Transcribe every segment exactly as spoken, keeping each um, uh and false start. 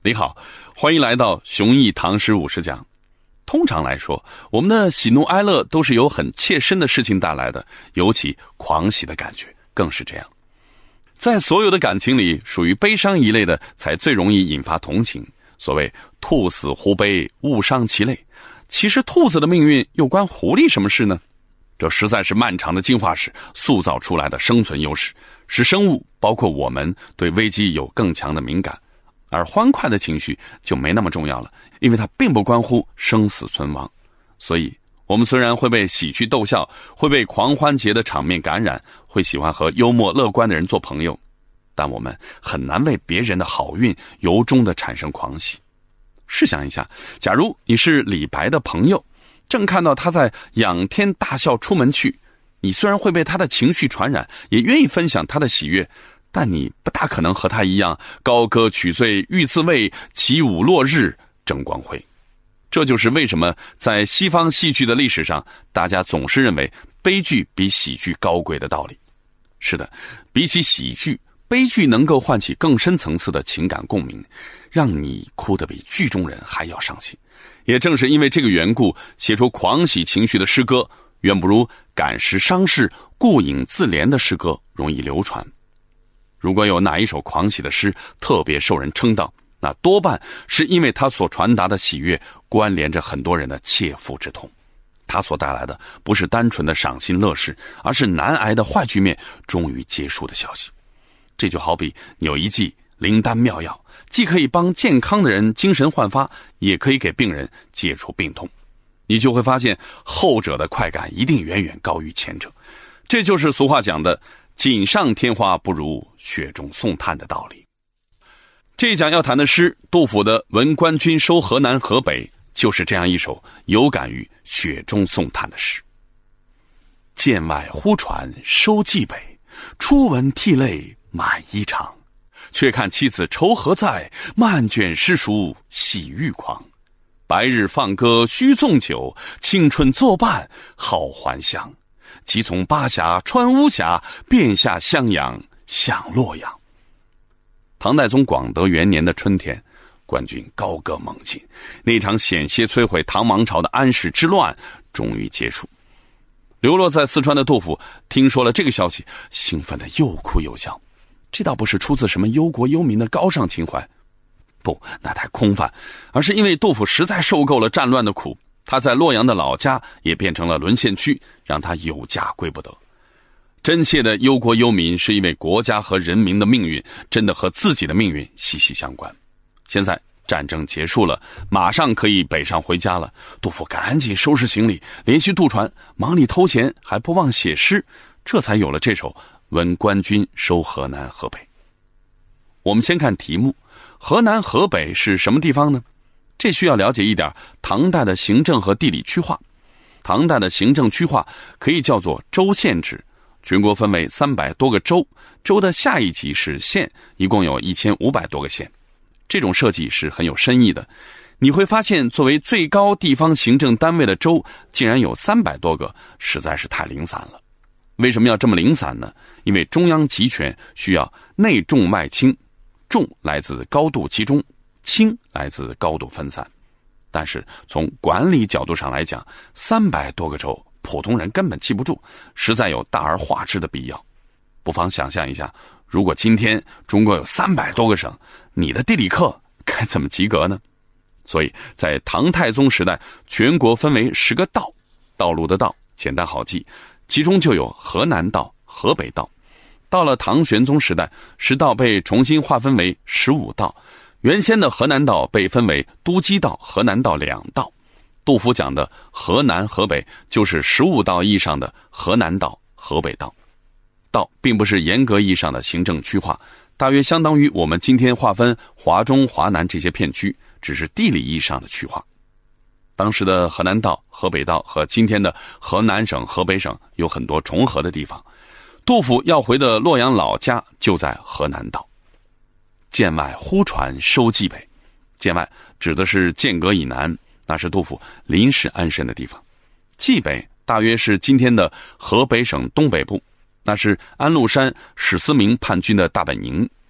你好，欢迎来到雄毅唐诗五十讲。通常来说，我们的喜怒哀乐都是由很切身的事情带来的，尤其狂喜的感觉更是这样。在所有的感情里，属于悲伤一类的才最容易引发同情。所谓兔死狐悲，物伤其类，其实兔子的命运又关狐狸什么事呢？这实在是漫长的进化史塑造出来的生存优势，使生物包括我们对危机有更强的敏感。而欢快的情绪就没那么重要了，因为它并不关乎生死存亡。所以我们虽然会被喜剧逗笑，会被狂欢节的场面感染，会喜欢和幽默乐观的人做朋友，但我们很难为别人的好运由衷地产生狂喜。试想一下，假如你是李白的朋友，正看到他在仰天大笑出门去，你虽然会被他的情绪传染，也愿意分享他的喜悦，但你不大可能和他一样高歌取醉欲自慰，起舞落日争光辉。这就是为什么在西方戏剧的历史上，大家总是认为悲剧比喜剧高贵的道理。是的，比起喜剧，悲剧能够唤起更深层次的情感共鸣，让你哭得比剧中人还要伤心。也正是因为这个缘故，写出狂喜情绪的诗歌远不如感时伤势顾影自怜的诗歌容易流传。如果有哪一首狂喜的诗特别受人称道，那多半是因为它所传达的喜悦关联着很多人的切肤之痛。它所带来的不是单纯的赏心乐事，而是难挨的坏局面终于结束的消息。这就好比有一剂灵丹妙药，既可以帮健康的人精神焕发，也可以给病人解除病痛。你就会发现后者的快感一定远远高于前者。这就是俗话讲的锦上添花不如雪中送炭的道理。这一讲要谈的诗，杜甫的《闻官军收河南河北》，就是这样一首有感于雪中送炭的诗。剑外忽传收蓟北，初闻涕泪满衣裳。却看妻子愁何在，漫卷诗书喜欲狂。白日放歌须纵酒，青春作伴好还乡。即从巴峡穿巫峡，便下襄阳向洛阳。唐代宗广德元年的春天，官军高歌猛进，那场险些摧毁唐王朝的安史之乱终于结束。流落在四川的杜甫听说了这个消息，兴奋得又哭又笑。这倒不是出自什么忧国忧民的高尚情怀，不，那太空泛，而是因为杜甫实在受够了战乱的苦，他在洛阳的老家也变成了沦陷区，让他有家归不得。真切的忧国忧民，是因为国家和人民的命运真的和自己的命运息息相关。现在战争结束了，马上可以北上回家了，杜甫赶紧收拾行李，连续渡船，忙里偷闲，还不忘写诗，这才有了这首《闻官军收河南河北》。我们先看题目，河南河北是什么地方呢？这需要了解一点唐代的行政和地理区划。唐代的行政区划可以叫做州县制，全国分为三百多个州，州的下一级是县，一共有一千五百多个县。这种设计是很有深意的。你会发现，作为最高地方行政单位的州竟然有三百多个，实在是太零散了。为什么要这么零散呢？因为中央集权需要内重外轻，重来自高度集中，轻来自高度分散。但是从管理角度上来讲，三百多个州普通人根本记不住，实在有大而化之的必要。不妨想象一下，如果今天中国有三百多个省，你的地理课该怎么及格呢？所以在唐太宗时代，全国分为十个道，道路的道简单好记，其中就有河南道、河北道。到了唐玄宗时代，十道被重新划分为十五道，原先的河南道被分为都畿道、河南道两道。杜甫讲的河南河北就是十五道意义上的河南道、河北道。道并不是严格意义上的行政区划，大约相当于我们今天划分华中、华南这些片区，只是地理意义上的区划。当时的河南道、河北道和今天的河南省、河北省有很多重合的地方。杜甫要回的洛阳老家就在河南道。剑外忽传收蓟北，剑外指的是剑阁以南，那是杜甫临时安身的地方。蓟北大约是今天的河北省东北部，那是安禄山史思明叛军的大本营。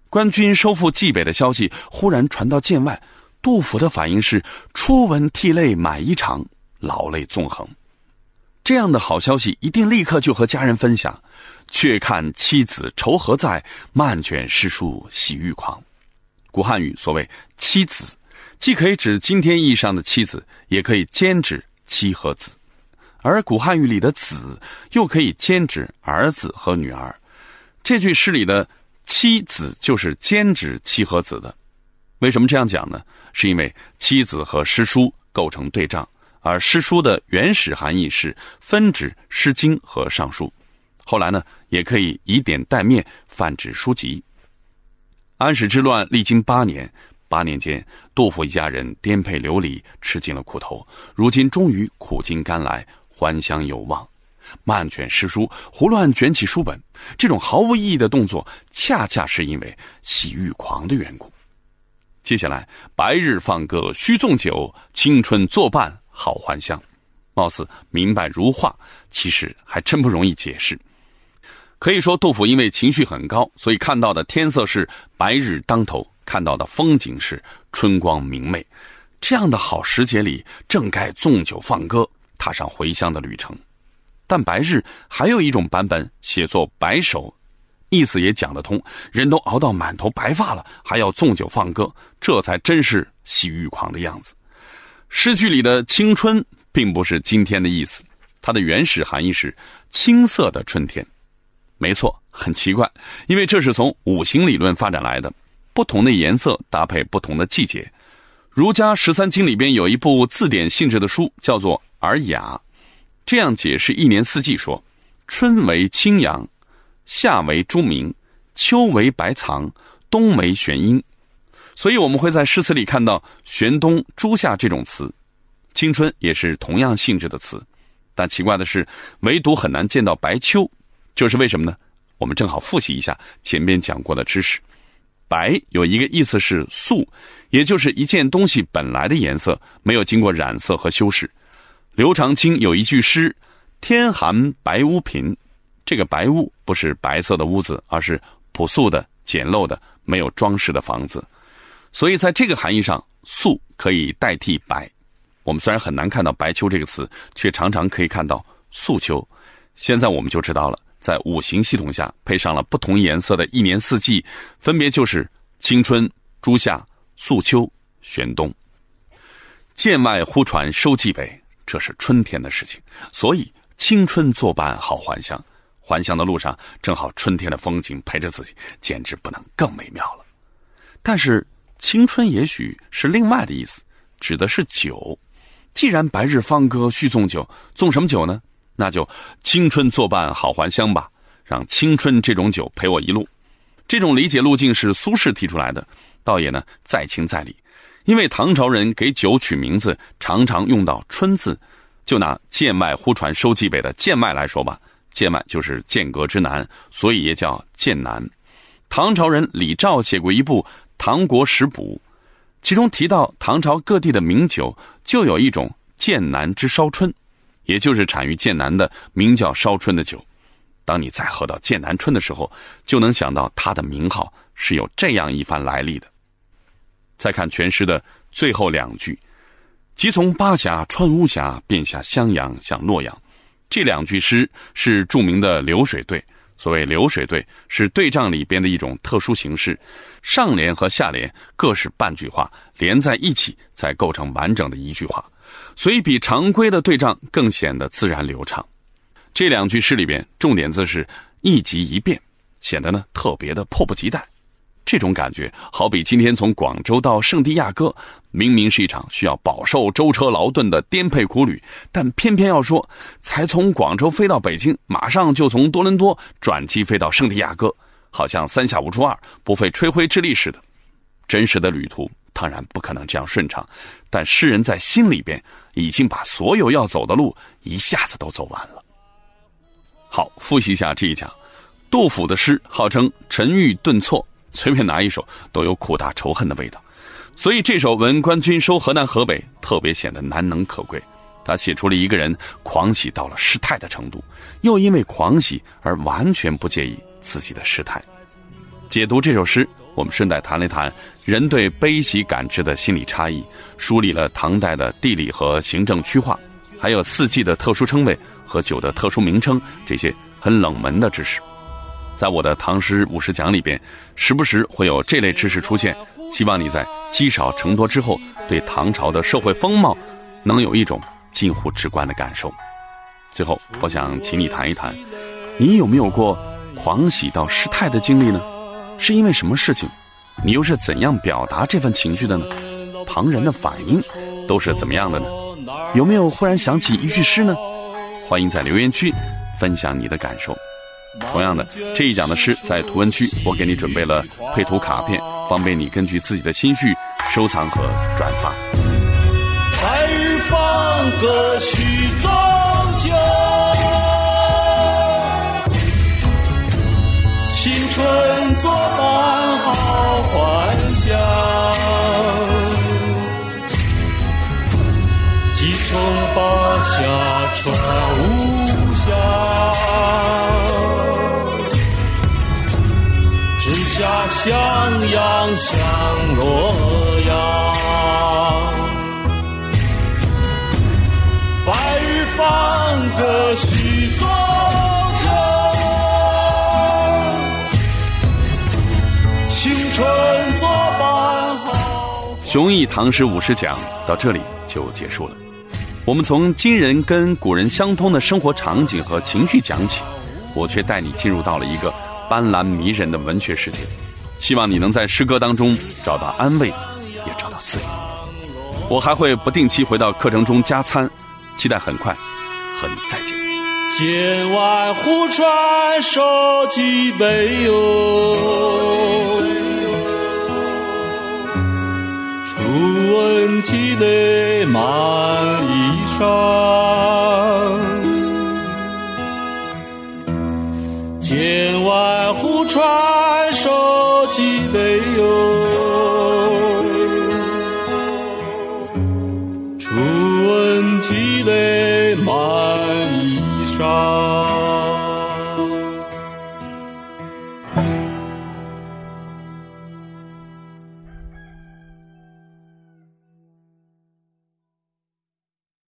官军收复冀北的消息忽然传到剑外，杜甫的反应是初闻涕泪满衣裳，老泪纵横。这样的好消息一定立刻就和家人分享，却看妻子愁何在，漫卷诗书喜欲狂。古汉语所谓妻子，既可以指今天意义上的妻子，也可以兼指妻和子，而古汉语里的子又可以兼指儿子和女儿。这句诗里的妻子就是兼指妻和子的。为什么这样讲呢？是因为妻子和诗书构成对仗，而诗书的原始含义是分指诗经和尚书，后来呢也可以以点带面泛指书籍。安史之乱历经八年，八年间杜甫一家人颠沛流离，吃尽了苦头，如今终于苦尽甘来，还乡有望。漫卷诗书，胡乱卷起书本，这种毫无意义的动作恰恰是因为喜欲狂的缘故。接下来，白日放歌须纵酒，青春作伴好还乡。貌似明白如画，其实还真不容易解释。可以说杜甫因为情绪很高，所以看到的天色是白日当头，看到的风景是春光明媚。这样的好时节里，正该纵酒放歌，踏上回乡的旅程。但白日还有一种版本写作白首，意思也讲得通，人都熬到满头白发了，还要纵酒放歌，这才真是喜欲狂的样子。诗句里的青春并不是今天的意思，它的原始含义是青涩的春天。没错，很奇怪，因为这是从五行理论发展来的，不同的颜色搭配不同的季节。儒家十三经里边有一部字典性质的书叫做《尔雅》，这样解释一年四季说：春为青阳，夏为朱明，秋为白藏，冬为玄阴。所以我们会在诗词里看到玄冬、朱夏这种词，青春也是同样性质的词。但奇怪的是，唯独很难见到白秋，这是为什么呢？我们正好复习一下前边讲过的知识。白有一个意思是素，也就是一件东西本来的颜色，没有经过染色和修饰。刘长卿有一句诗：天寒白屋贫，这个白屋不是白色的屋子，而是朴素的、简陋的、没有装饰的房子。所以在这个含义上，素可以代替白。我们虽然很难看到白秋这个词，却常常可以看到素秋。现在我们就知道了，在五行系统下配上了不同颜色的一年四季，分别就是青春、朱夏、素秋、玄冬。剑外忽传收蓟北，这是春天的事情，所以青春作伴好还乡。还乡的路上，正好春天的风景陪着自己，简直不能更美妙了。但是青春也许是另外的意思，指的是酒。既然白日放歌须纵酒，纵什么酒呢？那就青春作伴好还乡吧，让青春这种酒陪我一路。这种理解路径是苏轼提出来的，倒也呢在情在理。因为唐朝人给酒取名字常常用到春字，就拿剑外忽传收蓟北的剑外来说吧，剑外就是剑阁之南，所以也叫剑南。唐朝人李肇写过一部《唐国史补》，其中提到唐朝各地的名酒就有一种剑南之烧春，也就是产于剑南的名叫烧春的酒。当你再喝到剑南春的时候，就能想到它的名号是有这样一番来历的。再看全诗的最后两句：即从巴峡穿巫峡，便下襄阳向洛阳。这两句诗是著名的流水对。所谓流水对，是对仗里边的一种特殊形式，上联和下联各是半句话，连在一起才构成完整的一句话，所以比常规的对仗更显得自然流畅。这两句诗里边重点字是一急一变，显得呢特别的迫不及待。这种感觉好比今天从广州到圣地亚哥，明明是一场需要饱受舟车劳顿的颠沛苦旅，但偏偏要说才从广州飞到北京，马上就从多伦多转机飞到圣地亚哥，好像三下五除二，不费吹灰之力似的。真实的旅途当然不可能这样顺畅，但诗人在心里边已经把所有要走的路一下子都走完了。好，复习一下这一讲。杜甫的诗号称沉郁顿挫，随便拿一首都有苦大仇恨的味道，所以这首《闻官军收河南河北》特别显得难能可贵。他写出了一个人狂喜到了失态的程度，又因为狂喜而完全不介意自己的失态。解读这首诗， 我们顺带谈了一谈人对悲喜感知的心理差异，梳理了唐代的地理和行政区划，还有四季的特殊称谓和酒的特殊名称，这些很冷门的知识。在我的唐诗五十讲里边，时不时会有这类知识出现，希望你在积少成多之后，对唐朝的社会风貌能有一种近乎直观的感受。最后，我想请你谈一谈，你有没有过狂喜到失态的经历呢？是因为什么事情？你又是怎样表达这份情绪的呢？旁人的反应都是怎么样的呢？有没有忽然想起一句诗呢？欢迎在留言区分享你的感受。同样的，这一讲的诗在图文区我给你准备了配图卡片，方便你根据自己的心绪收藏和转发。 白日放歌须终究，青春作伴好还乡，几重八下传无暇，直下襄阳向洛阳。白日放歌须终究，青春作伴好。 雄毅唐诗五十讲到这里就结束了。我们从今人跟古人相通的生活场景和情绪讲起，我却带你进入到了一个斑斓迷人的文学世界。希望你能在诗歌当中找到安慰，也找到自由。我还会不定期回到课程中加餐，期待很快和你再见。 剑外忽传手几杯哟，初闻涕泪满衣裳。剑外忽传手几杯哟，涕泪满衣裳。